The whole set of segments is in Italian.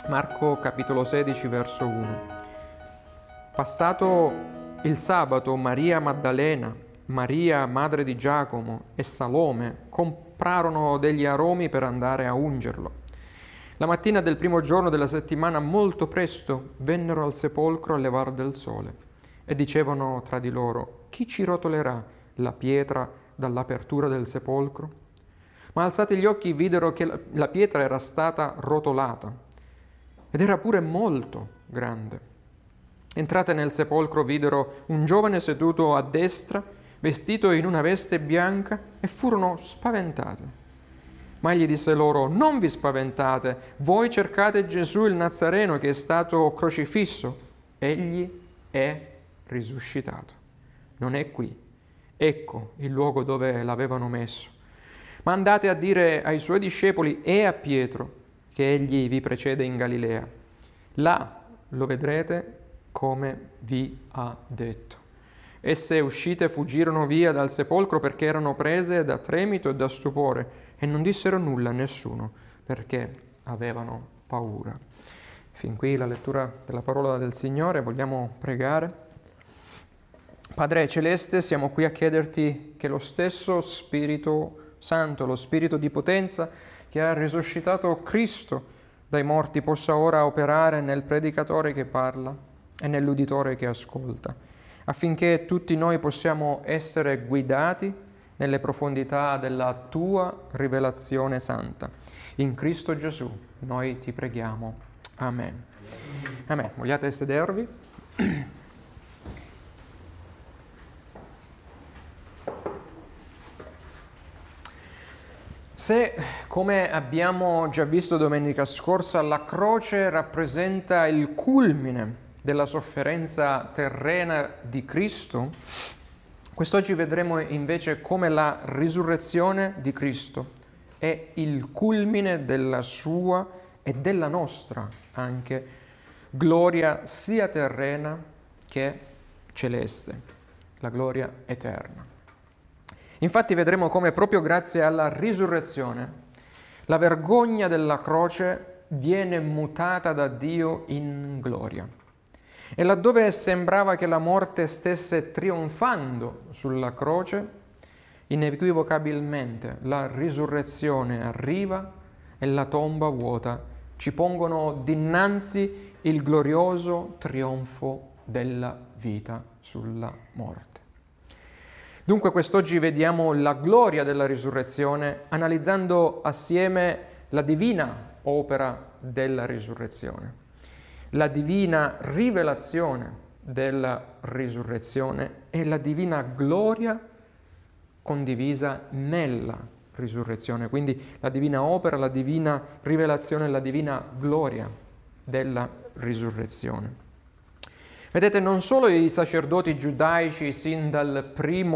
Marco capitolo 16 verso 1. Passato il sabato, Maria Maddalena, Maria madre di Giacomo e Salome comprarono degli aromi per andare a ungerlo. La mattina del primo giorno della settimana, molto presto, vennero al sepolcro a levar del sole e dicevano tra di loro: chi ci rotolerà la pietra dall'apertura del sepolcro? Ma alzati gli occhi videro che la pietra era stata rotolata ed era pure molto grande. Entrate nel sepolcro videro un giovane seduto a destra, vestito in una veste bianca, e furono spaventate. Ma egli disse loro: non vi spaventate, voi cercate Gesù il Nazareno che è stato crocifisso. Egli è risuscitato. Non è qui. Ecco il luogo dove l'avevano messo. Ma andate a dire ai suoi discepoli e a Pietro che egli vi precede in Galilea. Là lo vedrete come vi ha detto. Esse uscite fuggirono via dal sepolcro perché erano prese da tremito e da stupore e non dissero nulla a nessuno perché avevano paura. Fin qui la lettura della parola del Signore. Vogliamo pregare. Padre Celeste, siamo qui a chiederti che lo stesso Spirito Santo, lo Spirito di potenza che ha risuscitato Cristo dai morti, possa ora operare nel predicatore che parla e nell'uditore che ascolta, affinché tutti noi possiamo essere guidati nelle profondità della tua rivelazione santa. In Cristo Gesù noi ti preghiamo. Amen. Amen. Vogliate sedervi? Se, come abbiamo già visto domenica scorsa, la croce rappresenta il culmine della sofferenza terrena di Cristo, quest'oggi vedremo invece come la risurrezione di Cristo è il culmine della sua e della nostra anche gloria sia terrena che celeste, la gloria eterna. Infatti vedremo come proprio grazie alla risurrezione la vergogna della croce viene mutata da Dio in gloria. E laddove sembrava che la morte stesse trionfando sulla croce, inequivocabilmente la risurrezione arriva e la tomba vuota ci pongono dinanzi il glorioso trionfo della vita sulla morte. Dunque quest'oggi vediamo la gloria della risurrezione analizzando assieme la divina opera della risurrezione, la divina rivelazione della risurrezione e la divina gloria condivisa nella risurrezione, quindi la divina opera, la divina rivelazione, la divina gloria della risurrezione. Vedete, non solo i sacerdoti giudaici sin dal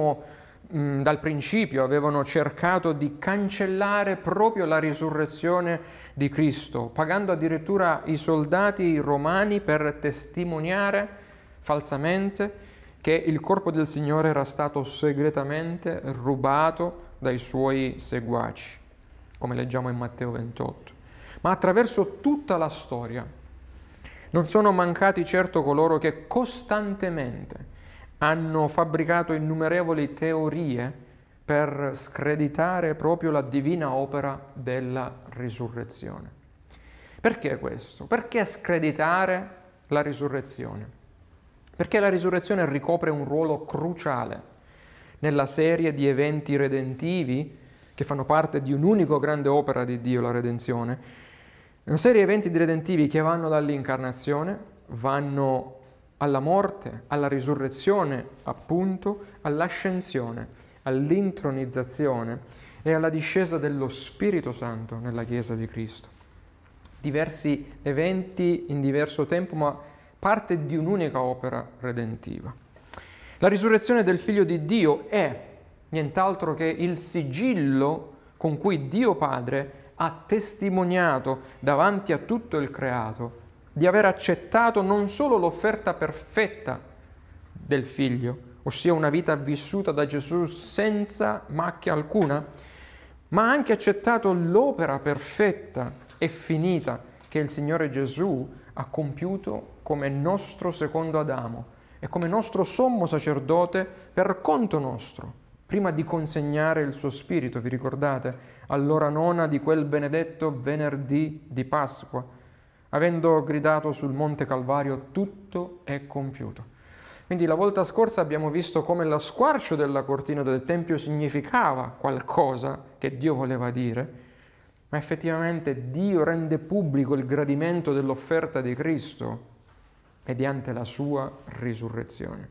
principio avevano cercato di cancellare proprio la risurrezione di Cristo, pagando addirittura i soldati romani per testimoniare falsamente che il corpo del Signore era stato segretamente rubato dai suoi seguaci, come leggiamo in Matteo 28. Ma attraverso tutta la storia non sono mancati certo coloro che costantemente hanno fabbricato innumerevoli teorie per screditare proprio la divina opera della risurrezione. Perché questo? Perché screditare la risurrezione? Perché la risurrezione ricopre un ruolo cruciale nella serie di eventi redentivi che fanno parte di un'unica grande opera di Dio, la redenzione. Una serie di eventi redentivi che vanno dall'incarnazione, vanno alla morte, alla risurrezione, appunto, all'ascensione, all'intronizzazione e alla discesa dello Spirito Santo nella Chiesa di Cristo. Diversi eventi in diverso tempo, ma parte di un'unica opera redentiva. La risurrezione del Figlio di Dio è nient'altro che il sigillo con cui Dio Padre ha testimoniato davanti a tutto il creato di aver accettato non solo l'offerta perfetta del Figlio, ossia una vita vissuta da Gesù senza macchia alcuna, ma ha anche accettato l'opera perfetta e finita che il Signore Gesù ha compiuto come nostro secondo Adamo e come nostro sommo sacerdote per conto nostro, prima di consegnare il suo Spirito, vi ricordate, all'ora nona di quel benedetto venerdì di Pasqua, avendo gridato sul Monte Calvario: tutto è compiuto. Quindi la volta scorsa abbiamo visto come lo squarcio della cortina del Tempio significava qualcosa che Dio voleva dire, ma effettivamente Dio rende pubblico il gradimento dell'offerta di Cristo mediante la sua risurrezione.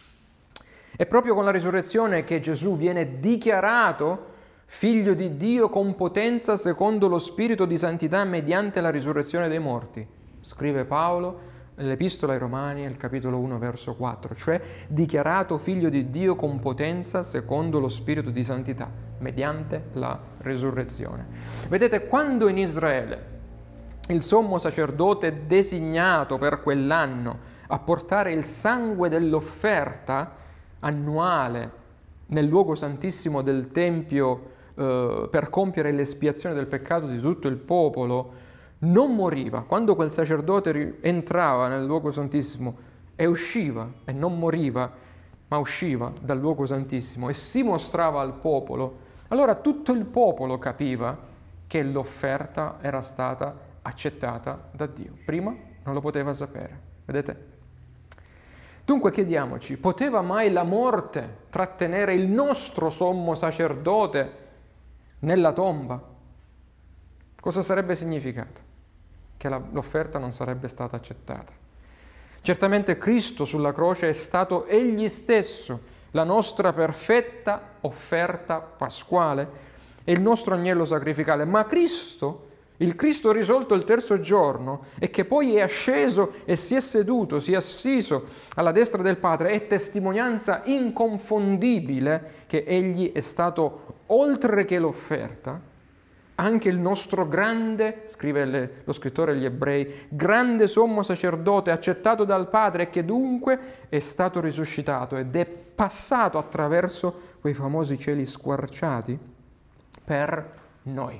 È proprio con la risurrezione che Gesù viene dichiarato figlio di Dio con potenza secondo lo Spirito di santità mediante la risurrezione dei morti, scrive Paolo nell'Epistola ai Romani, al capitolo 1, verso 4, cioè dichiarato figlio di Dio con potenza secondo lo Spirito di santità, mediante la risurrezione. Vedete, quando in Israele il sommo sacerdote designato per quell'anno a portare il sangue dell'offerta annuale nel luogo santissimo del Tempio per compiere l'espiazione del peccato di tutto il popolo, non moriva. Quando quel sacerdote entrava nel luogo santissimo e usciva, e non moriva, ma usciva dal luogo santissimo e si mostrava al popolo, allora tutto il popolo capiva che l'offerta era stata accettata da Dio. Prima non lo poteva sapere, vedete? Dunque chiediamoci, poteva mai la morte trattenere il nostro sommo sacerdote nella tomba? Cosa sarebbe significato? Che l'offerta non sarebbe stata accettata. Certamente Cristo sulla croce è stato Egli stesso la nostra perfetta offerta pasquale e il nostro agnello sacrificale, ma Cristo, il Cristo risolto il terzo giorno e che poi è asceso e si è seduto, si è assiso alla destra del Padre, è testimonianza inconfondibile che Egli è stato, oltre che l'offerta, anche il nostro grande, scrive lo scrittore agli Ebrei, grande sommo sacerdote accettato dal Padre e che dunque è stato risuscitato ed è passato attraverso quei famosi cieli squarciati per noi.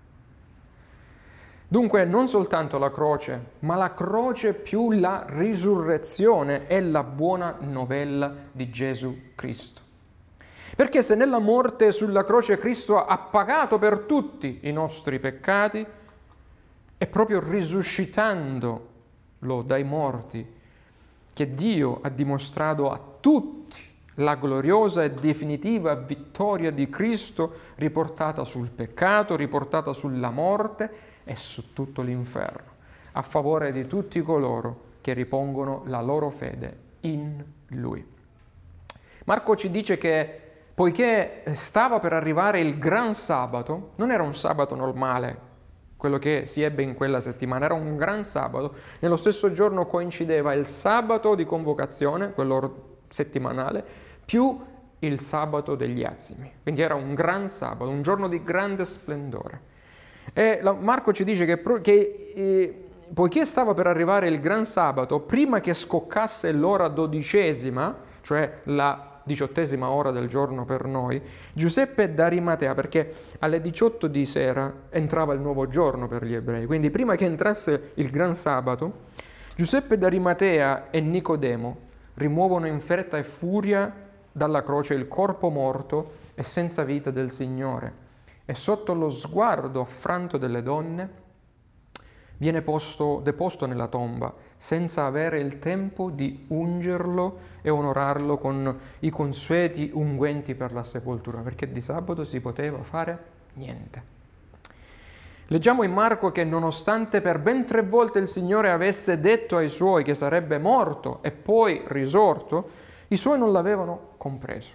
Dunque non soltanto la croce, ma la croce più la risurrezione è la buona novella di Gesù Cristo. Perché se nella morte sulla croce Cristo ha pagato per tutti i nostri peccati, è proprio risuscitandolo dai morti che Dio ha dimostrato a tutti la gloriosa e definitiva vittoria di Cristo riportata sul peccato, riportata sulla morte e su tutto l'inferno, a favore di tutti coloro che ripongono la loro fede in Lui. Marco ci dice che poiché stava per arrivare il gran sabato, non era un sabato normale, quello che si ebbe in quella settimana, era un gran sabato. Nello stesso giorno coincideva il sabato di convocazione, quello settimanale, più il sabato degli azimi. Quindi era un gran sabato, un giorno di grande splendore. E Marco ci dice che poiché stava per arrivare il gran sabato, prima che scoccasse l'ora 12ª, cioè la 18ª ora del giorno per noi, Giuseppe d'Arimatea, perché alle 18 di sera entrava il nuovo giorno per gli ebrei, quindi prima che entrasse il gran sabato, Giuseppe d'Arimatea e Nicodemo rimuovono in fretta e furia dalla croce il corpo morto e senza vita del Signore e sotto lo sguardo affranto delle donne viene deposto nella tomba senza avere il tempo di ungerlo e onorarlo con i consueti unguenti per la sepoltura, perché di sabato si poteva fare niente. Leggiamo in Marco che nonostante per ben 3 volte il Signore avesse detto ai Suoi che sarebbe morto e poi risorto, i Suoi non l'avevano compreso.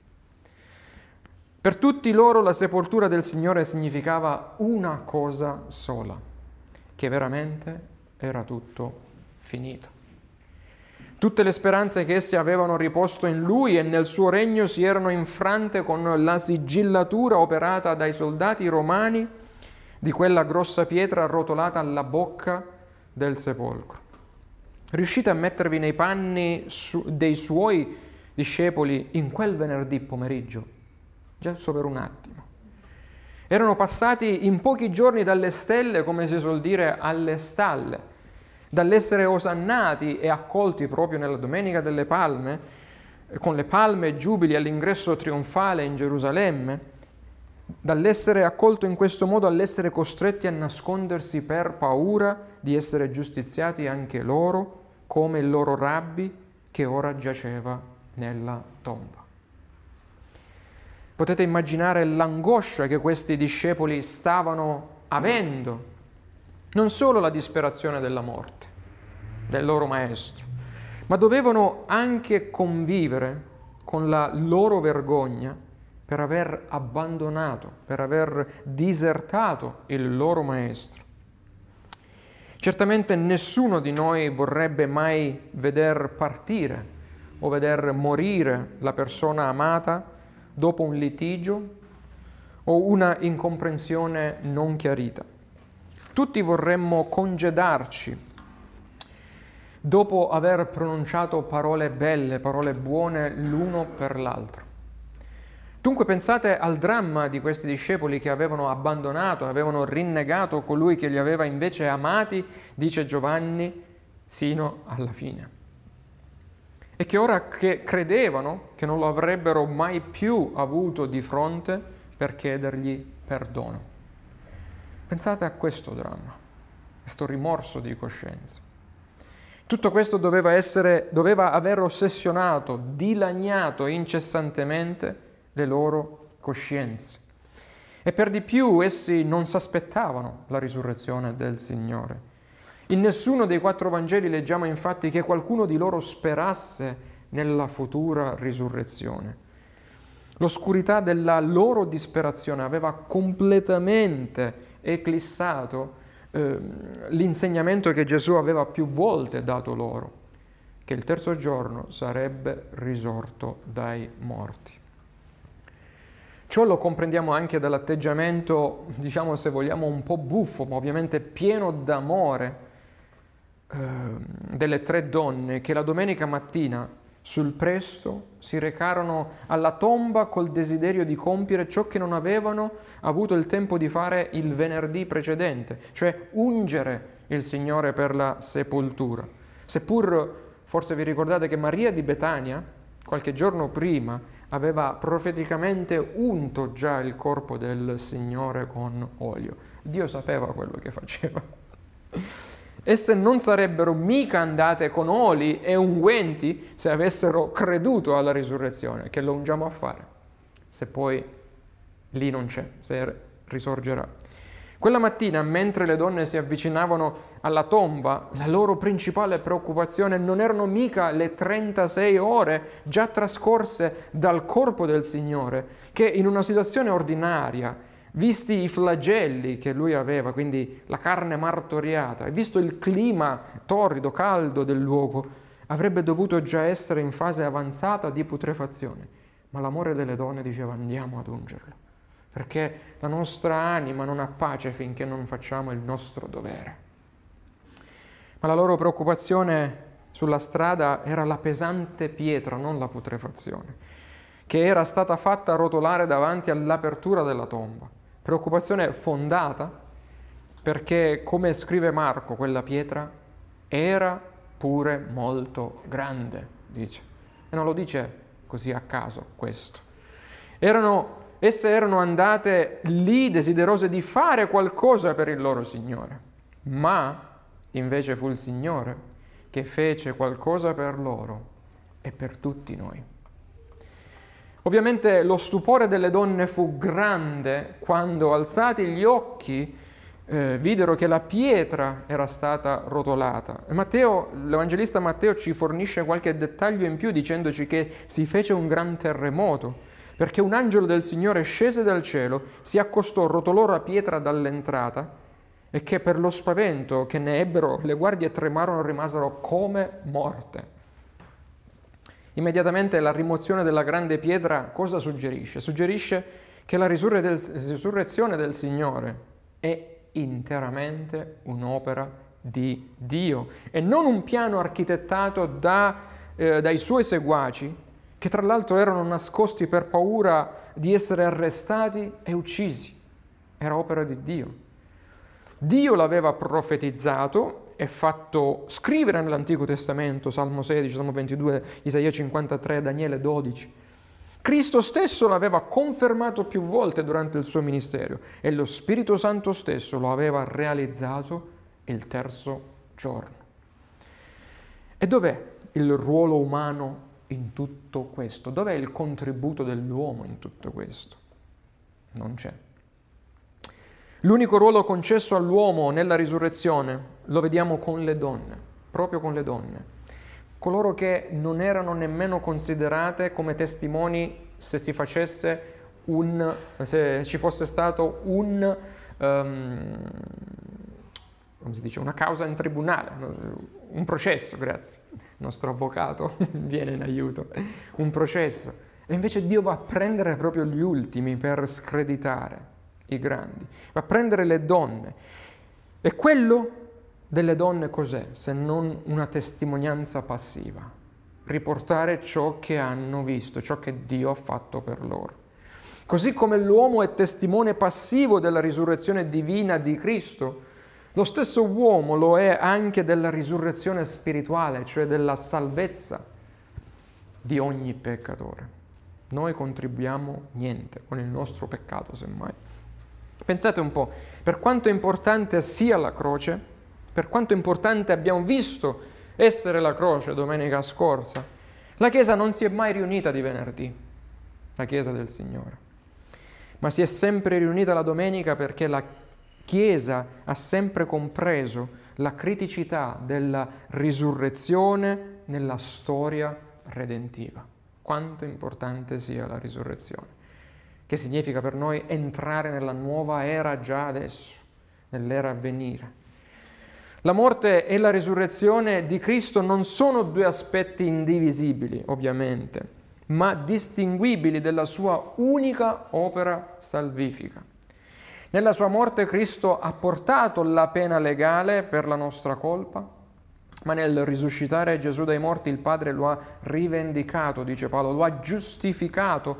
Per tutti loro la sepoltura del Signore significava una cosa sola, che veramente era tutto finito. Tutte le speranze che essi avevano riposto in Lui e nel suo regno si erano infrante con la sigillatura operata dai soldati romani di quella grossa pietra arrotolata alla bocca del sepolcro. Riuscite a mettervi nei panni dei Suoi discepoli in quel venerdì pomeriggio, giusto per un attimo. Erano passati in pochi giorni dalle stelle, come si suol dire, alle stalle, dall'essere osannati e accolti proprio nella Domenica delle Palme, con le palme e giubili all'ingresso trionfale in Gerusalemme, dall'essere accolto in questo modo all'essere costretti a nascondersi per paura di essere giustiziati anche loro, come il loro rabbi che ora giaceva nella tomba. Potete immaginare l'angoscia che questi discepoli stavano avendo, non solo la disperazione della morte del loro maestro, ma dovevano anche convivere con la loro vergogna per aver abbandonato, per aver disertato il loro maestro. Certamente nessuno di noi vorrebbe mai veder partire o veder morire la persona amata dopo un litigio o una incomprensione non chiarita. Tutti vorremmo congedarci dopo aver pronunciato parole belle, parole buone l'uno per l'altro. Dunque pensate al dramma di questi discepoli che avevano abbandonato, avevano rinnegato colui che li aveva invece amati, dice Giovanni, sino alla fine. E che ora che credevano che non lo avrebbero mai più avuto di fronte per chiedergli perdono. Pensate a questo dramma, questo rimorso di coscienza. Tutto questo doveva aver ossessionato, dilaniato incessantemente le loro coscienze. E per di più essi non si aspettavano la risurrezione del Signore. In nessuno dei 4 Vangeli leggiamo infatti che qualcuno di loro sperasse nella futura risurrezione. L'oscurità della loro disperazione aveva completamente eclissato l'insegnamento che Gesù aveva più volte dato loro, che il terzo giorno sarebbe risorto dai morti. Ciò lo comprendiamo anche dall'atteggiamento, diciamo se vogliamo, un po' buffo, ma ovviamente pieno d'amore delle 3 donne che la domenica mattina sul presto si recarono alla tomba col desiderio di compiere ciò che non avevano avuto il tempo di fare il venerdì precedente, cioè ungere il Signore per la sepoltura. Seppur, forse vi ricordate che Maria di Betania, qualche giorno prima, aveva profeticamente unto già il corpo del Signore con olio. Dio sapeva quello che faceva. Esse non sarebbero mica andate con oli e unguenti se avessero creduto alla risurrezione, che lo ungiamo a fare, se poi lì non c'è, se risorgerà. Quella mattina, mentre le donne si avvicinavano alla tomba, la loro principale preoccupazione non erano mica le 36 ore già trascorse dal corpo del Signore, che in una situazione ordinaria, visti i flagelli che lui aveva, quindi la carne martoriata, e visto il clima torrido, caldo del luogo, avrebbe dovuto già essere in fase avanzata di putrefazione. Ma l'amore delle donne diceva: andiamo ad ungerlo, perché la nostra anima non ha pace finché non facciamo il nostro dovere. Ma la loro preoccupazione sulla strada era la pesante pietra, non la putrefazione, che era stata fatta rotolare davanti all'apertura della tomba. Preoccupazione fondata perché, come scrive Marco, quella pietra era pure molto grande, dice. E non lo dice così a caso questo. Esse erano andate lì desiderose di fare qualcosa per il loro Signore, ma invece fu il Signore che fece qualcosa per loro e per tutti noi. Ovviamente lo stupore delle donne fu grande quando, alzati gli occhi, videro che la pietra era stata rotolata. L'Evangelista Matteo ci fornisce qualche dettaglio in più dicendoci che si fece un gran terremoto, perché un angelo del Signore scese dal cielo, si accostò, rotolò la pietra dall'entrata e che per lo spavento che ne ebbero le guardie tremarono e rimasero come morte. Immediatamente la rimozione della grande pietra cosa suggerisce? Suggerisce che la risurrezione del Signore è interamente un'opera di Dio e non un piano architettato dai suoi seguaci, che tra l'altro erano nascosti per paura di essere arrestati e uccisi. era opera di Dio. Dio l'aveva profetizzato e fatto scrivere nell'Antico Testamento, Salmo 16, Salmo 22, Isaia 53, Daniele 12. Cristo stesso l'aveva confermato più volte durante il suo ministero e lo Spirito Santo stesso lo aveva realizzato il terzo giorno. E dov'è il ruolo umano in tutto questo? Dov'è il contributo dell'uomo in tutto questo? Non c'è. L'unico ruolo concesso all'uomo nella risurrezione lo vediamo con le donne, proprio con le donne. Coloro che non erano nemmeno considerate come testimoni se ci fosse stato una causa in tribunale, un processo, grazie. Il nostro avvocato viene in aiuto, un processo. E invece Dio va a prendere proprio gli ultimi per screditare i grandi, va a prendere le donne. E quello delle donne cos'è se non una testimonianza passiva? Riportare ciò che hanno visto, ciò che Dio ha fatto per loro. Così come l'uomo è testimone passivo della risurrezione divina di Cristo, lo stesso uomo lo è anche della risurrezione spirituale, cioè della salvezza di ogni peccatore. Noi contribuiamo niente con il nostro peccato, semmai. Pensate un po', per quanto importante sia la croce, per quanto importante abbiamo visto essere la croce domenica scorsa, la Chiesa non si è mai riunita di venerdì, la Chiesa del Signore, ma si è sempre riunita la domenica perché la Chiesa ha sempre compreso la criticità della risurrezione nella storia redentiva. Quanto importante sia la risurrezione, che significa per noi entrare nella nuova era già adesso, nell'era a venire. La morte e la risurrezione di Cristo non sono due aspetti indivisibili, ovviamente, ma distinguibili della sua unica opera salvifica. Nella sua morte Cristo ha portato la pena legale per la nostra colpa, ma nel risuscitare Gesù dai morti il Padre lo ha rivendicato, dice Paolo, lo ha giustificato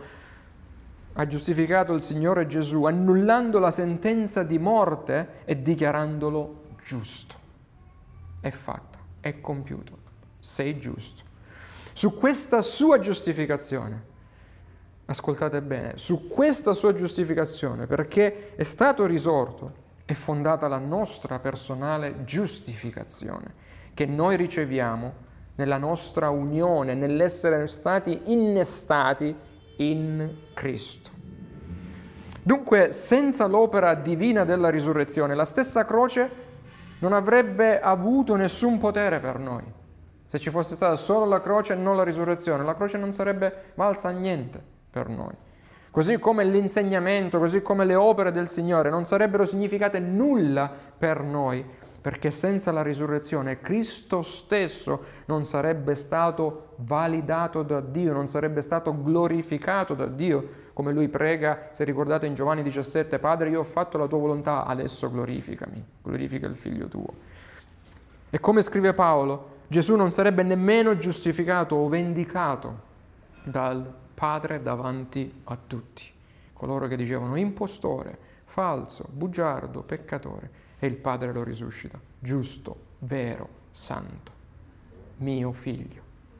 il Signore Gesù, annullando la sentenza di morte e dichiarandolo giusto. È fatta, è compiuto, sei giusto. Su questa sua giustificazione, ascoltate bene, su questa sua giustificazione, perché è stato risorto, è fondata la nostra personale giustificazione, che noi riceviamo nella nostra unione, nell'essere stati innestati in Cristo. Dunque, senza l'opera divina della risurrezione, la stessa croce non avrebbe avuto nessun potere per noi. Se ci fosse stata solo la croce e non la risurrezione, la croce non sarebbe valsa a niente per noi. Così come l'insegnamento, così come le opere del Signore non sarebbero significate nulla per noi, perché senza la risurrezione Cristo stesso non sarebbe stato validato da Dio, non sarebbe stato glorificato da Dio, come lui prega, se ricordate in Giovanni 17, Padre, io ho fatto la tua volontà, adesso glorificami, glorifica il figlio tuo. E come scrive Paolo, Gesù non sarebbe nemmeno giustificato o vendicato dal Padre davanti a tutti, coloro che dicevano impostore, falso, bugiardo, peccatore, e il Padre lo risuscita, giusto, vero, santo, mio figlio.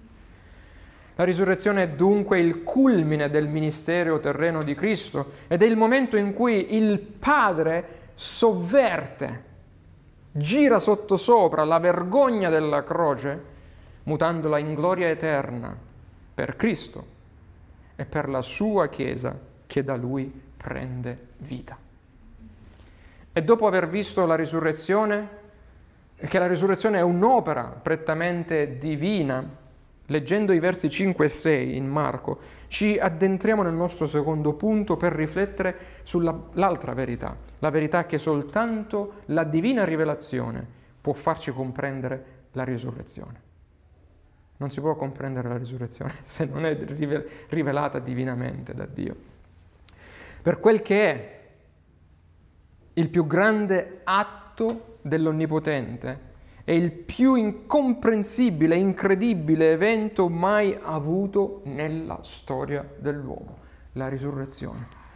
La risurrezione è dunque il culmine del ministero terreno di Cristo ed è il momento in cui il Padre sovverte, gira sottosopra la vergogna della croce, mutandola in gloria eterna per Cristo e per la sua Chiesa che da Lui prende vita. E dopo aver visto la risurrezione, che la risurrezione è un'opera prettamente divina, leggendo i versi 5 e 6 in Marco, ci addentriamo nel nostro secondo punto per riflettere sull'altra verità, la verità che soltanto la divina rivelazione può farci comprendere la risurrezione. Non si può comprendere la risurrezione se non è rivelata divinamente da Dio. Per quel che è il più grande atto dell'Onnipotente, è il più incomprensibile, incredibile evento mai avuto nella storia dell'uomo, la risurrezione.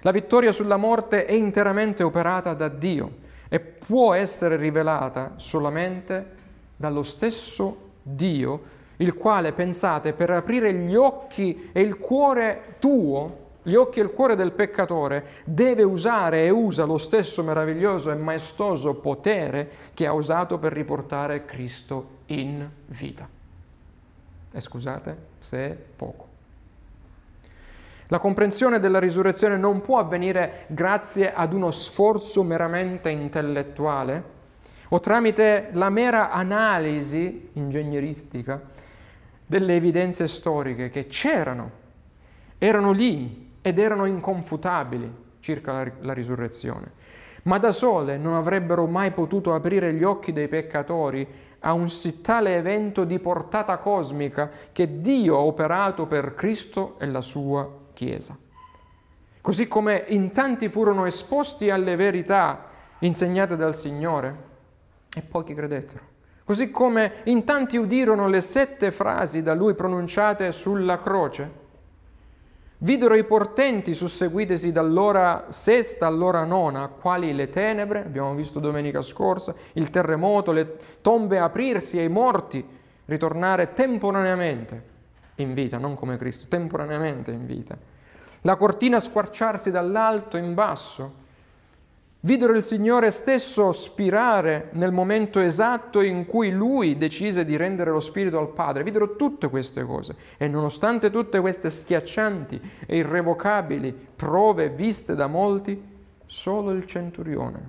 La vittoria sulla morte è interamente operata da Dio e può essere rivelata solamente dallo stesso Dio, il quale, pensate, per aprire gli occhi e il cuore tuo, gli occhi e il cuore del peccatore, deve usare e usa lo stesso meraviglioso e maestoso potere che ha usato per riportare Cristo in vita. E scusate se è poco. La comprensione della risurrezione non può avvenire grazie ad uno sforzo meramente intellettuale o tramite la mera analisi ingegneristica delle evidenze storiche che c'erano, erano lì ed erano inconfutabili circa la risurrezione, ma da sole non avrebbero mai potuto aprire gli occhi dei peccatori a un sì tale evento di portata cosmica che Dio ha operato per Cristo e la sua Chiesa. Così come in tanti furono esposti alle verità insegnate dal Signore e pochi credettero. Così come in tanti udirono le 7 frasi da Lui pronunciate sulla croce, videro i portenti susseguitesi dall'ora 6ª all'ora 9ª, quali le tenebre, abbiamo visto domenica scorsa, il terremoto, le tombe aprirsi e i morti ritornare temporaneamente in vita, non come Cristo, temporaneamente in vita. La cortina squarciarsi dall'alto in basso. Videro il Signore stesso spirare nel momento esatto in cui Lui decise di rendere lo Spirito al Padre. Videro tutte queste cose e nonostante tutte queste schiaccianti e irrevocabili prove viste da molti, solo il centurione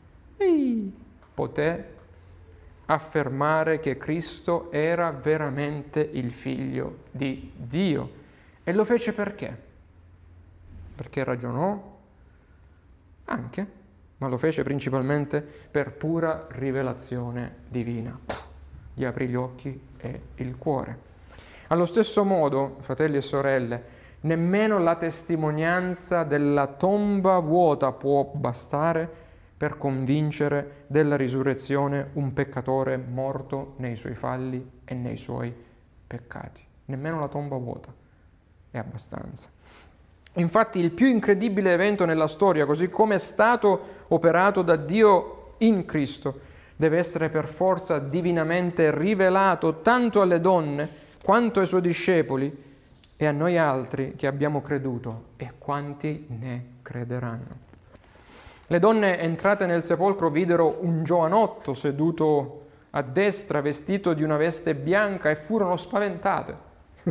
poté affermare che Cristo era veramente il Figlio di Dio. E lo fece perché? Perché ragionò anche, ma lo fece principalmente per pura rivelazione divina. Gli aprì gli occhi e il cuore. Allo stesso modo, fratelli e sorelle, nemmeno la testimonianza della tomba vuota può bastare per convincere della risurrezione un peccatore morto nei suoi falli e nei suoi peccati. Nemmeno la tomba vuota è abbastanza. Infatti il più incredibile evento nella storia, così come è stato operato da Dio in Cristo, deve essere per forza divinamente rivelato tanto alle donne quanto ai suoi discepoli e a noi altri che abbiamo creduto e quanti ne crederanno. Le donne entrate nel sepolcro videro un giovanotto seduto a destra, vestito di una veste bianca, e furono spaventate.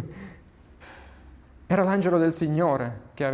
Era l'angelo del Signore che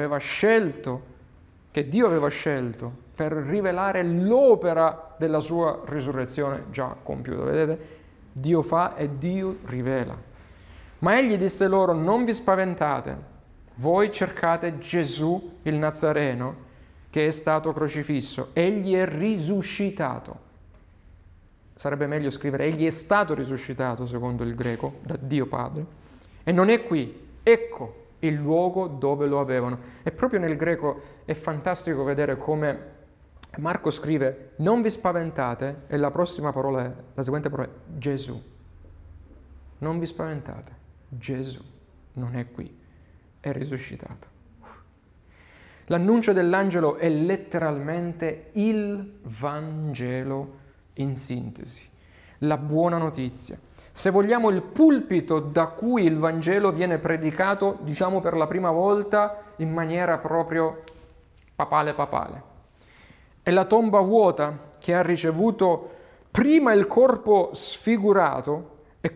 Dio aveva scelto per rivelare l'opera della sua risurrezione già compiuta. Vedete? Dio fa e Dio rivela. Ma egli disse loro: non vi spaventate, voi cercate Gesù il Nazareno che è stato crocifisso. Egli è risuscitato. Sarebbe meglio scrivere: egli è stato risuscitato, secondo il greco, da Dio Padre, e non è qui. Ecco il luogo dove lo avevano. E proprio nel greco è fantastico vedere come Marco scrive: non vi spaventate, e la seguente parola è Gesù. Non vi spaventate, Gesù non è qui, è risuscitato. L'annuncio dell'angelo è letteralmente il Vangelo in sintesi, la buona notizia. Se vogliamo, il pulpito da cui il Vangelo viene predicato, diciamo per la prima volta, in maniera proprio papale. È la tomba vuota che ha ricevuto prima il corpo sfigurato e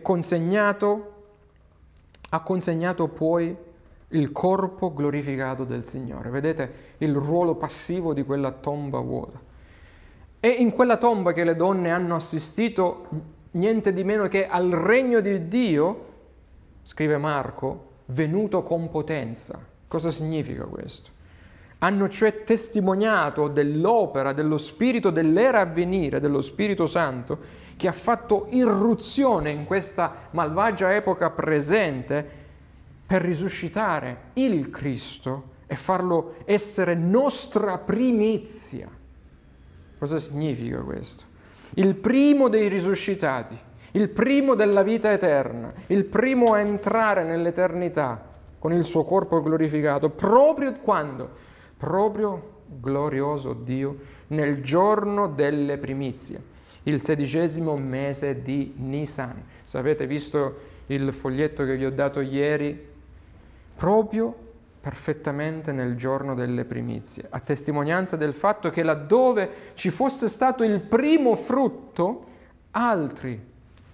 ha consegnato poi il corpo glorificato del Signore. Vedete il ruolo passivo di quella tomba vuota. E in quella tomba che le donne hanno assistito niente di meno che al regno di Dio, scrive Marco, venuto con potenza. Cosa significa questo? Hanno cioè testimoniato dell'opera dello Spirito dell'era a venire, dello Spirito Santo, che ha fatto irruzione in questa malvagia epoca presente per risuscitare il Cristo e farlo essere nostra primizia. Cosa significa questo? Il primo dei risuscitati, il primo della vita eterna, il primo a entrare nell'eternità con il suo corpo glorificato, proprio quando? proprio glorioso Dio, nel giorno delle primizie, il 16° mese di Nisan. Se avete visto il foglietto che vi ho dato ieri, proprio perfettamente nel giorno delle primizie, a testimonianza del fatto che laddove ci fosse stato il primo frutto, altri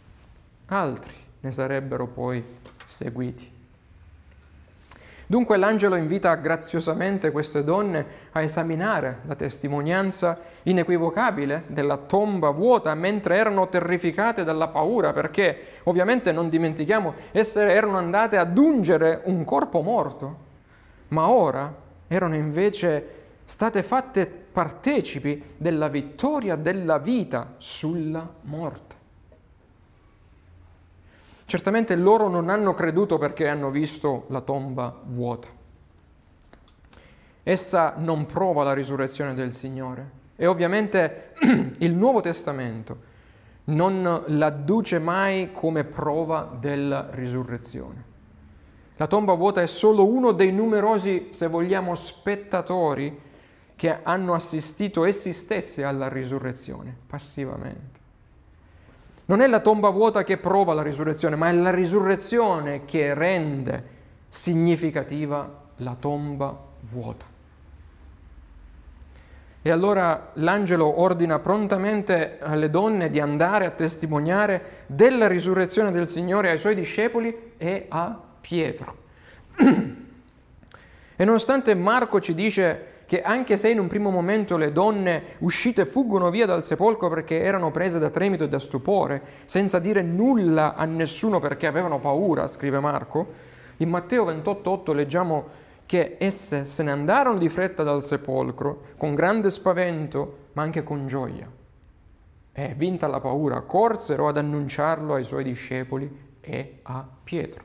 ne sarebbero poi seguiti. Dunque l'angelo invita graziosamente queste donne a esaminare la testimonianza inequivocabile della tomba vuota mentre erano terrificate dalla paura, perché ovviamente non dimentichiamo, erano andate ad ungere un corpo morto, ma ora erano invece state fatte partecipi della vittoria della vita sulla morte. Certamente loro non hanno creduto perché hanno visto la tomba vuota. Essa non prova la risurrezione del Signore e ovviamente il Nuovo Testamento non l'adduce mai come prova della risurrezione. La tomba vuota è solo uno dei numerosi, se vogliamo, spettatori che hanno assistito essi stessi alla risurrezione, passivamente. Non è la tomba vuota che prova la risurrezione, ma è la risurrezione che rende significativa la tomba vuota. E allora l'angelo ordina prontamente alle donne di andare a testimoniare della risurrezione del Signore ai suoi discepoli e a Pietro. E nonostante Marco ci dice che anche se in un primo momento le donne uscite fuggono via dal sepolcro perché erano prese da tremito e da stupore, senza dire nulla a nessuno perché avevano paura, scrive Marco, in Matteo 28,8 leggiamo che esse se ne andarono di fretta dal sepolcro con grande spavento, ma anche con gioia. E vinta la paura, corsero ad annunciarlo ai suoi discepoli e a Pietro.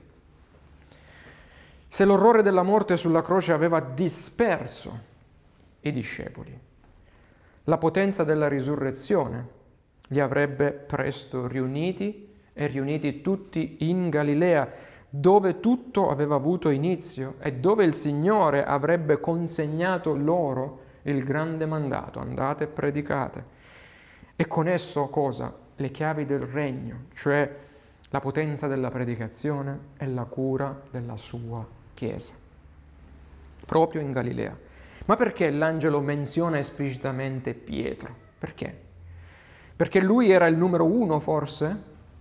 Se l'orrore della morte sulla croce aveva disperso i discepoli, la potenza della risurrezione li avrebbe presto riuniti tutti in Galilea, dove tutto aveva avuto inizio e dove il Signore avrebbe consegnato loro il grande mandato: andate e predicate. E con esso cosa? Le chiavi del regno, cioè la potenza della predicazione e la cura della sua Chiesa, proprio in Galilea. Ma perché l'angelo menziona esplicitamente Pietro? Perché? Perché lui era il numero 1, forse?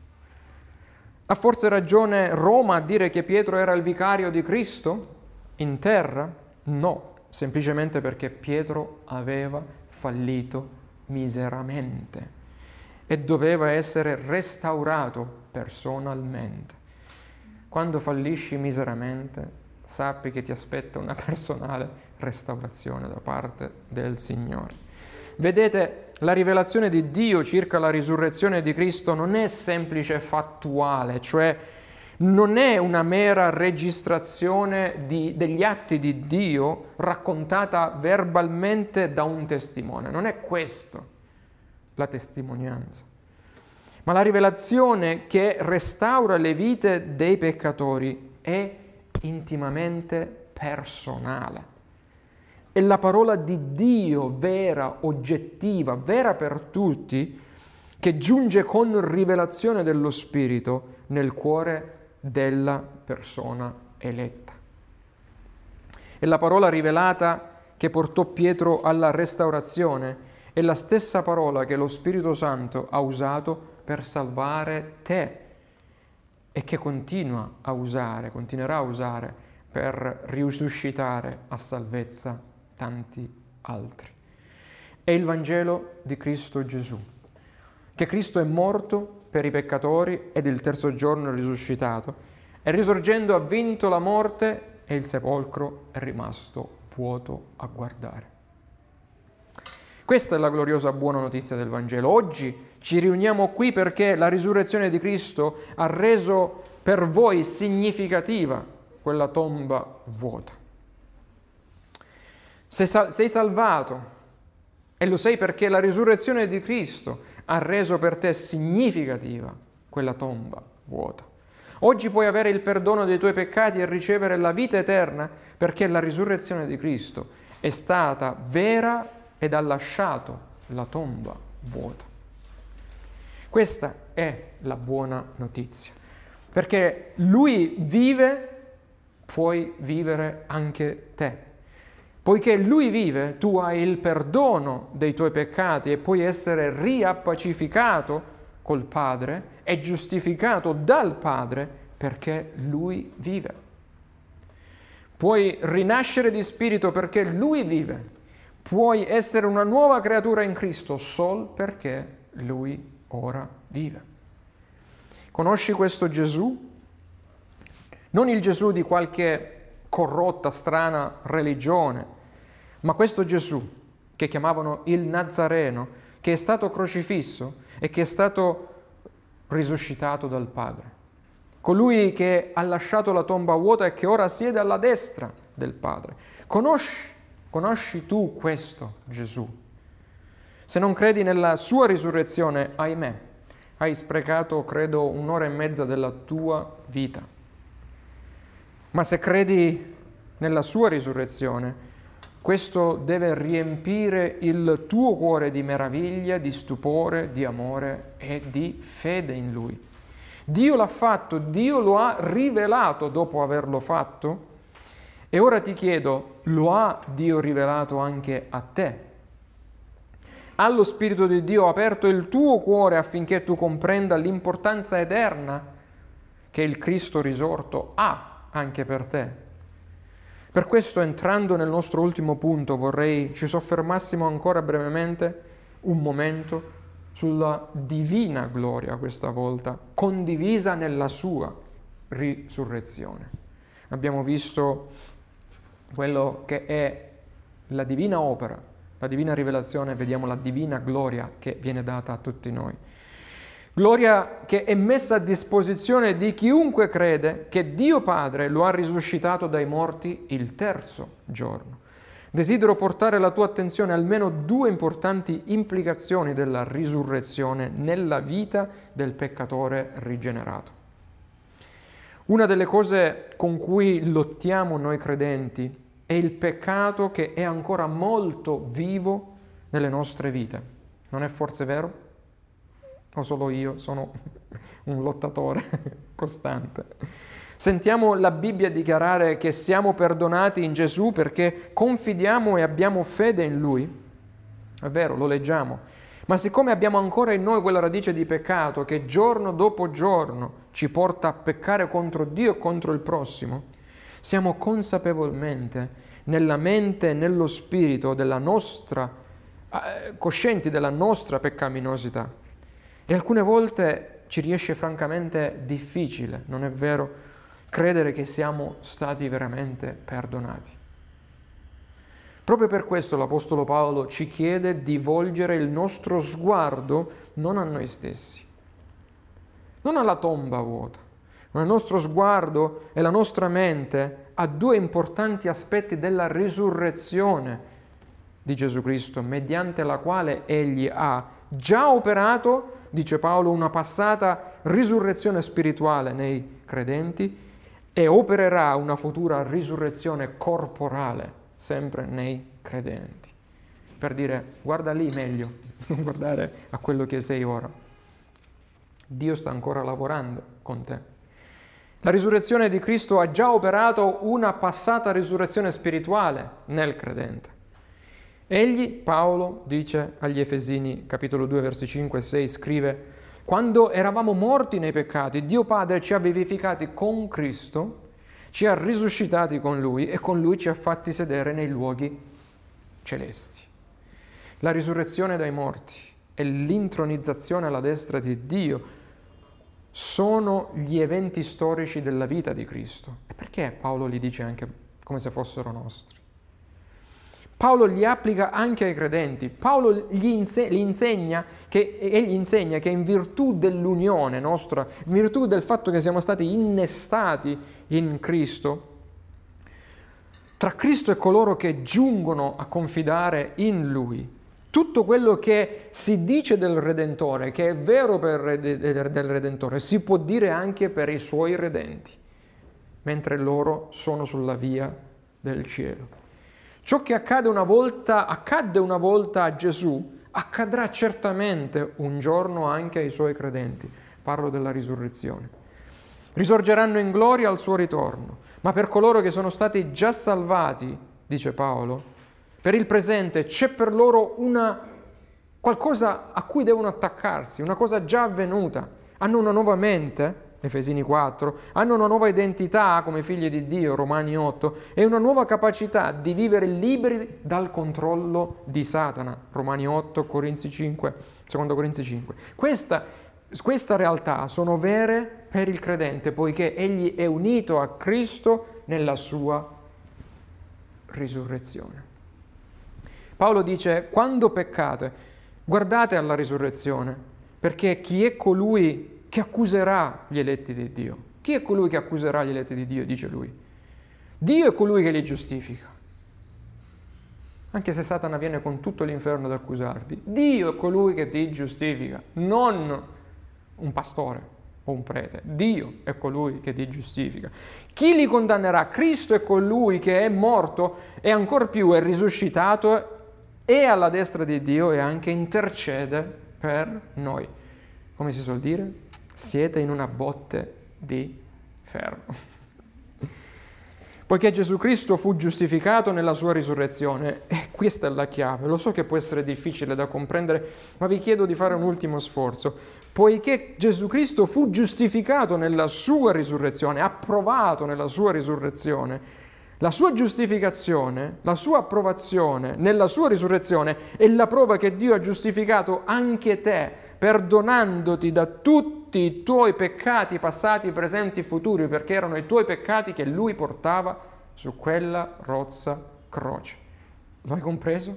Ha forse ragione Roma a dire che Pietro era il vicario di Cristo in terra? No, semplicemente perché Pietro aveva fallito miseramente e doveva essere restaurato personalmente. Quando fallisci miseramente, sappi che ti aspetta una personale restaurazione da parte del Signore. Vedete, la rivelazione di Dio circa la risurrezione di Cristo non è semplice e fattuale, cioè non è una mera registrazione degli atti di Dio raccontata verbalmente da un testimone. Non è questo la testimonianza, ma la rivelazione che restaura le vite dei peccatori è intimamente personale. È la parola di Dio vera, oggettiva, vera per tutti, che giunge con rivelazione dello Spirito nel cuore della persona eletta. È la parola rivelata che portò Pietro alla restaurazione, è la stessa parola che lo Spirito Santo ha usato per salvare te e che continuerà a usare per risuscitare a salvezza tanti altri. È il Vangelo di Cristo Gesù, che Cristo è morto per i peccatori ed il terzo giorno è risuscitato, e risorgendo ha vinto la morte e il sepolcro è rimasto vuoto a guardare. Questa è la gloriosa buona notizia del Vangelo. Oggi ci riuniamo qui perché la risurrezione di Cristo ha reso per voi significativa quella tomba vuota. Sei salvato e lo sei perché la risurrezione di Cristo ha reso per te significativa quella tomba vuota. Oggi puoi avere il perdono dei tuoi peccati e ricevere la vita eterna perché la risurrezione di Cristo è stata vera ed ha lasciato la tomba vuota. Questa è la buona notizia, perché Lui vive, puoi vivere anche te. Poiché Lui vive, tu hai il perdono dei tuoi peccati e puoi essere riappacificato col Padre e giustificato dal Padre perché Lui vive. Puoi rinascere di spirito perché Lui vive. Puoi essere una nuova creatura in Cristo sol perché Lui ora vive. Conosci questo Gesù? Non il Gesù di qualche corrotta, strana religione, ma questo Gesù che chiamavano il Nazareno, che è stato crocifisso e che è stato risuscitato dal Padre. Colui che ha lasciato la tomba vuota e che ora siede alla destra del Padre. Conosci tu questo Gesù? Se non credi nella sua risurrezione, ahimè, hai sprecato, credo, 1 ora e mezza della tua vita. Ma se credi nella sua risurrezione, questo deve riempire il tuo cuore di meraviglia, di stupore, di amore e di fede in Lui. Dio l'ha fatto, Dio lo ha rivelato dopo averlo fatto e ora ti chiedo, lo ha Dio rivelato anche a te? Ha lo Spirito di Dio aperto il tuo cuore affinché tu comprenda l'importanza eterna che il Cristo risorto ha anche per te. Per questo, entrando nel nostro ultimo punto, vorrei ci soffermassimo ancora brevemente un momento sulla divina gloria questa volta, condivisa nella sua risurrezione. Abbiamo visto quello che è la divina opera, la divina rivelazione, vediamo la divina gloria che viene data a tutti noi. Gloria che è messa a disposizione di chiunque crede che Dio Padre lo ha risuscitato dai morti il terzo giorno. Desidero portare la tua attenzione a almeno 2 importanti implicazioni della risurrezione nella vita del peccatore rigenerato. Una delle cose con cui lottiamo noi credenti è il peccato che è ancora molto vivo nelle nostre vite. Non è forse vero? O solo io sono un lottatore costante? Sentiamo la Bibbia dichiarare che siamo perdonati in Gesù perché confidiamo e abbiamo fede in Lui. È vero, lo leggiamo. Ma siccome abbiamo ancora in noi quella radice di peccato che giorno dopo giorno ci porta a peccare contro Dio e contro il prossimo, siamo consapevolmente nella mente e nello spirito della nostra, coscienti della nostra peccaminosità. E alcune volte ci riesce francamente difficile, non è vero, credere che siamo stati veramente perdonati. Proprio per questo l'Apostolo Paolo ci chiede di volgere il nostro sguardo non a noi stessi, non alla tomba vuota, ma il nostro sguardo e la nostra mente a 2 importanti aspetti della risurrezione di Gesù Cristo, mediante la quale Egli ha già operato, dice Paolo, una passata risurrezione spirituale nei credenti e opererà una futura risurrezione corporale sempre nei credenti. Per dire, guarda lì meglio, non guardare a quello che sei ora. Dio sta ancora lavorando con te. La risurrezione di Cristo ha già operato una passata risurrezione spirituale nel credente. Egli, Paolo, dice agli Efesini, capitolo 2, versi 5 e 6, scrive: quando eravamo morti nei peccati, Dio Padre ci ha vivificati con Cristo, ci ha risuscitati con Lui e con Lui ci ha fatti sedere nei luoghi celesti. La risurrezione dai morti e l'intronizzazione alla destra di Dio sono gli eventi storici della vita di Cristo. E perché Paolo li dice anche come se fossero nostri? Paolo li applica anche ai credenti. Paolo egli insegna che in virtù dell'unione nostra, in virtù del fatto che siamo stati innestati in Cristo, tra Cristo e coloro che giungono a confidare in Lui, tutto quello che si dice del Redentore, che è vero del Redentore, si può dire anche per i Suoi redenti, mentre loro sono sulla via del cielo. Ciò che accadde una volta a Gesù, accadrà certamente un giorno anche ai suoi credenti. Parlo della risurrezione. Risorgeranno in gloria al suo ritorno, ma per coloro che sono stati già salvati, dice Paolo, per il presente c'è per loro qualcosa a cui devono attaccarsi, una cosa già avvenuta. Hanno una nuova mente, Efesini 4, hanno una nuova identità come figli di Dio, Romani 8, e una nuova capacità di vivere liberi dal controllo di Satana, Romani 8, Corinzi 5, 2 Corinzi 5. Questa realtà sono vere per il credente, poiché egli è unito a Cristo nella sua risurrezione. Paolo dice, quando peccate, guardate alla risurrezione, perché chi è colui che accuserà gli eletti di Dio? Chi è colui che accuserà gli eletti di Dio? Dice lui. Dio è colui che li giustifica. Anche se Satana viene con tutto l'inferno ad accusarti, Dio è colui che ti giustifica, non un pastore o un prete. Dio è colui che ti giustifica. Chi li condannerà? Cristo è colui che è morto e ancor più è risuscitato, è alla destra di Dio e anche intercede per noi. Come si suol dire? Siete in una botte di ferro. Poiché Gesù Cristo fu giustificato nella sua risurrezione, e questa è la chiave, lo so che può essere difficile da comprendere, ma vi chiedo di fare un ultimo sforzo. Poiché Gesù Cristo fu giustificato nella sua risurrezione, approvato nella sua risurrezione, la sua giustificazione, la sua approvazione nella sua risurrezione è la prova che Dio ha giustificato anche te, perdonandoti da tutti i tuoi peccati passati, presenti, futuri, perché erano i tuoi peccati che Lui portava su quella rozza croce. Lo hai compreso?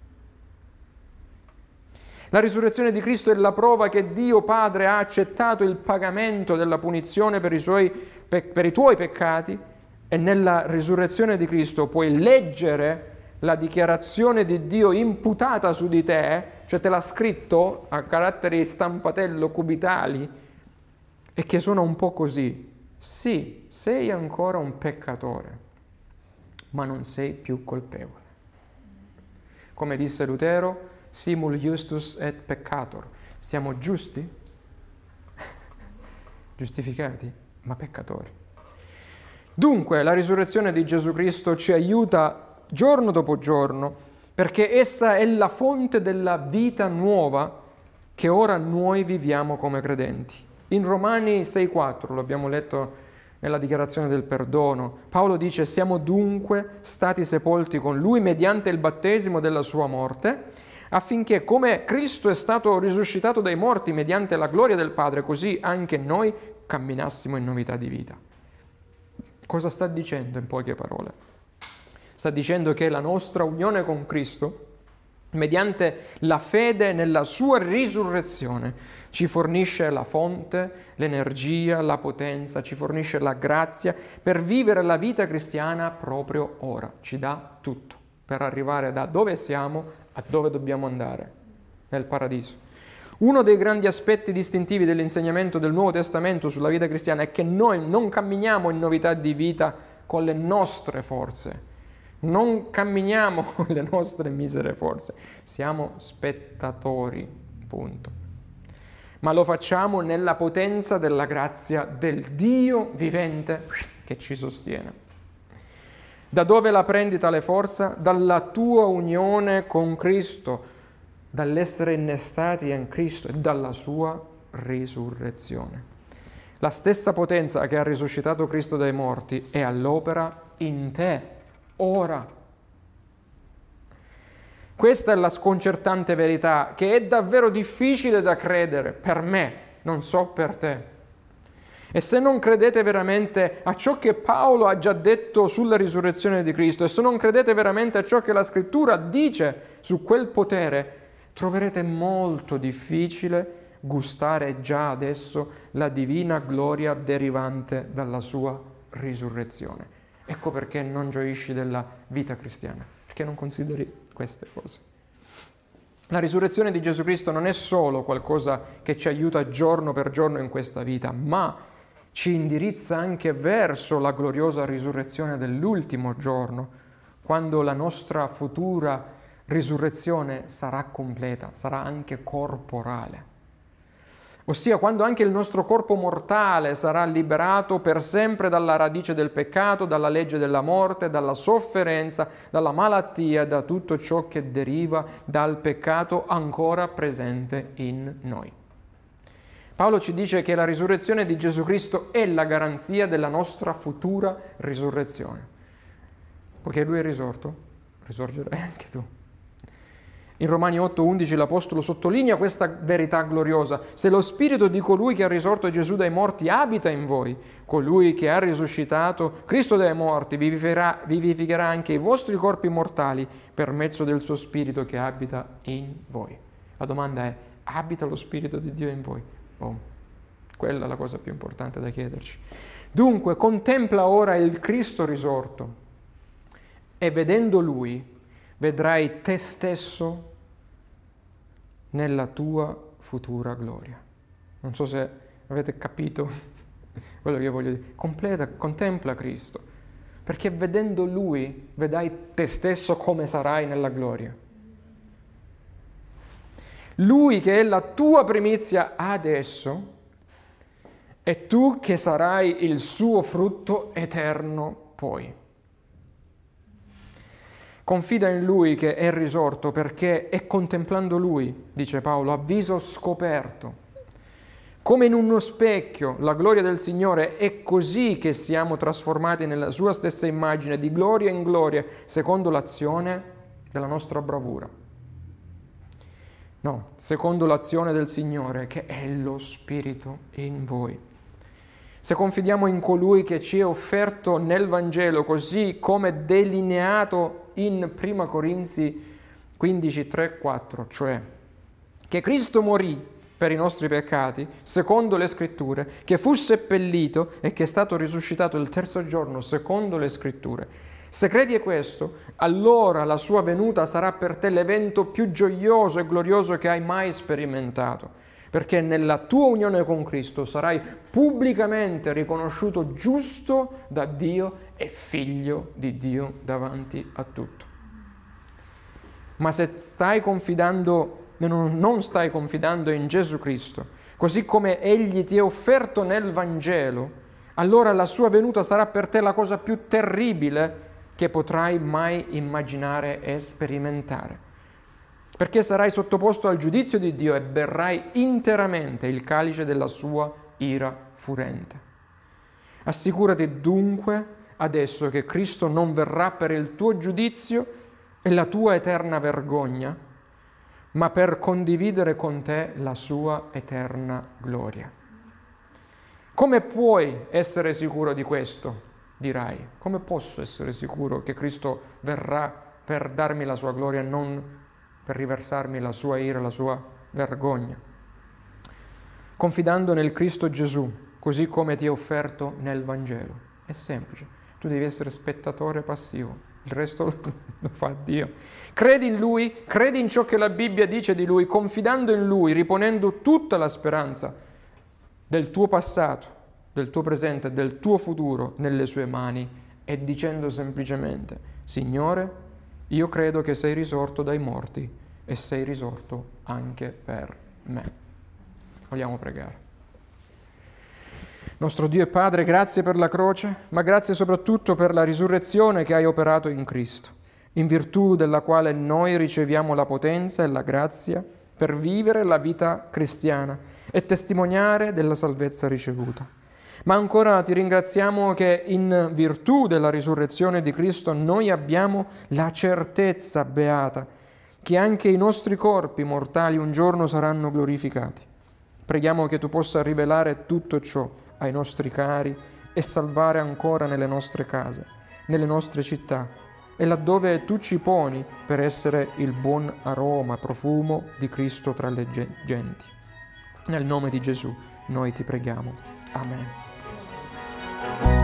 La risurrezione di Cristo è la prova che Dio Padre ha accettato il pagamento della punizione per i tuoi peccati, e nella risurrezione di Cristo puoi leggere la dichiarazione di Dio imputata su di te, cioè te l'ha scritto a caratteri stampatello cubitali, e che suona un po' così. Sì, sei ancora un peccatore, ma non sei più colpevole. Come disse Lutero, simul justus et peccator. Siamo giusti, giustificati, ma peccatori. Dunque la risurrezione di Gesù Cristo ci aiuta giorno dopo giorno, perché essa è la fonte della vita nuova che ora noi viviamo come credenti. In Romani 6,4, lo abbiamo letto nella dichiarazione del perdono, Paolo dice: siamo dunque stati sepolti con Lui mediante il battesimo della sua morte, affinché come Cristo è stato risuscitato dai morti mediante la gloria del Padre, così anche noi camminassimo in novità di vita. Cosa sta dicendo in poche parole? Sta dicendo che la nostra unione con Cristo, mediante la fede nella sua risurrezione, ci fornisce la fonte, l'energia, la potenza, ci fornisce la grazia per vivere la vita cristiana proprio ora. Ci dà tutto per arrivare da dove siamo a dove dobbiamo andare, nel paradiso. Uno dei grandi aspetti distintivi dell'insegnamento del Nuovo Testamento sulla vita cristiana è che noi non camminiamo in novità di vita con le nostre forze, non camminiamo con le nostre misere forze, siamo spettatori, punto. Ma lo facciamo nella potenza della grazia del Dio vivente che ci sostiene. Da dove la prendi tale forza? Dalla tua unione con Cristo, dall'essere innestati in Cristo e dalla sua risurrezione. La stessa potenza che ha risuscitato Cristo dai morti è all'opera in te, ora. Questa è la sconcertante verità, che è davvero difficile da credere per me, non so per te. E se non credete veramente a ciò che Paolo ha già detto sulla risurrezione di Cristo, e se non credete veramente a ciò che la Scrittura dice su quel potere, troverete molto difficile gustare già adesso la divina gloria derivante dalla sua risurrezione. Ecco perché non gioisci della vita cristiana, perché non consideri queste cose. La risurrezione di Gesù Cristo non è solo qualcosa che ci aiuta giorno per giorno in questa vita, ma ci indirizza anche verso la gloriosa risurrezione dell'ultimo giorno, quando la nostra futura risurrezione sarà completa, sarà anche corporale. Ossia quando anche il nostro corpo mortale sarà liberato per sempre dalla radice del peccato, dalla legge della morte, dalla sofferenza, dalla malattia, da tutto ciò che deriva dal peccato ancora presente in noi. Paolo ci dice che la risurrezione di Gesù Cristo è la garanzia della nostra futura risurrezione. Perché Lui è risorto, risorgerai anche tu. In Romani 8:11 l'Apostolo sottolinea questa verità gloriosa. Se lo spirito di colui che ha risorto Gesù dai morti abita in voi, colui che ha risuscitato Cristo dai morti vivificherà anche i vostri corpi mortali per mezzo del suo spirito che abita in voi. La domanda è: abita lo spirito di Dio in voi? Quella è la cosa più importante da chiederci. Dunque, contempla ora il Cristo risorto e vedendo Lui vedrai te stesso nella tua futura gloria. Non so se avete capito quello che io voglio dire. Contempla Cristo, perché vedendo Lui vedrai te stesso come sarai nella gloria. Lui che è la tua primizia adesso e tu che sarai il suo frutto eterno poi. Confida in Lui che è risorto perché è contemplando Lui, dice Paolo, a viso scoperto. Come in uno specchio la gloria del Signore, è così che siamo trasformati nella sua stessa immagine di gloria in gloria, secondo l'azione della nostra bravura. No, secondo l'azione del Signore che è lo Spirito in voi. Se confidiamo in colui che ci è offerto nel Vangelo, così come delineato in 1 Corinzi 15, 3, 4, cioè che Cristo morì per i nostri peccati, secondo le Scritture, che fu seppellito e che è stato risuscitato il terzo giorno, secondo le Scritture. Se credi a questo, allora la sua venuta sarà per te l'evento più gioioso e glorioso che hai mai sperimentato, perché nella tua unione con Cristo sarai pubblicamente riconosciuto giusto da Dio e figlio di Dio davanti a tutto. Ma se non stai confidando in Gesù Cristo, così come Egli ti è offerto nel Vangelo, allora la sua venuta sarà per te la cosa più terribile che potrai mai immaginare e sperimentare, perché sarai sottoposto al giudizio di Dio e berrai interamente il calice della sua ira furente. Assicurati dunque adesso che Cristo non verrà per il tuo giudizio e la tua eterna vergogna, ma per condividere con te la sua eterna gloria. Come puoi essere sicuro di questo? Dirai, come posso essere sicuro che Cristo verrà per darmi la sua gloria e non per riversarmi la sua ira, la sua vergogna? Confidando nel Cristo Gesù, così come ti è offerto nel Vangelo. È semplice, tu devi essere spettatore passivo, il resto lo fa Dio. Credi in Lui, credi in ciò che la Bibbia dice di Lui, confidando in Lui, riponendo tutta la speranza del tuo passato, del tuo presente e del tuo futuro nelle sue mani e dicendo semplicemente: Signore, io credo che sei risorto dai morti e sei risorto anche per me. Vogliamo pregare. Nostro Dio e Padre, grazie per la croce, ma grazie soprattutto per la risurrezione che hai operato in Cristo, in virtù della quale noi riceviamo la potenza e la grazia per vivere la vita cristiana e testimoniare della salvezza ricevuta. Ma ancora ti ringraziamo che in virtù della risurrezione di Cristo noi abbiamo la certezza beata che anche i nostri corpi mortali un giorno saranno glorificati. Preghiamo che tu possa rivelare tutto ciò ai nostri cari e salvare ancora nelle nostre case, nelle nostre città e laddove tu ci poni per essere il buon aroma, profumo di Cristo tra le genti. Nel nome di Gesù noi ti preghiamo. Amen.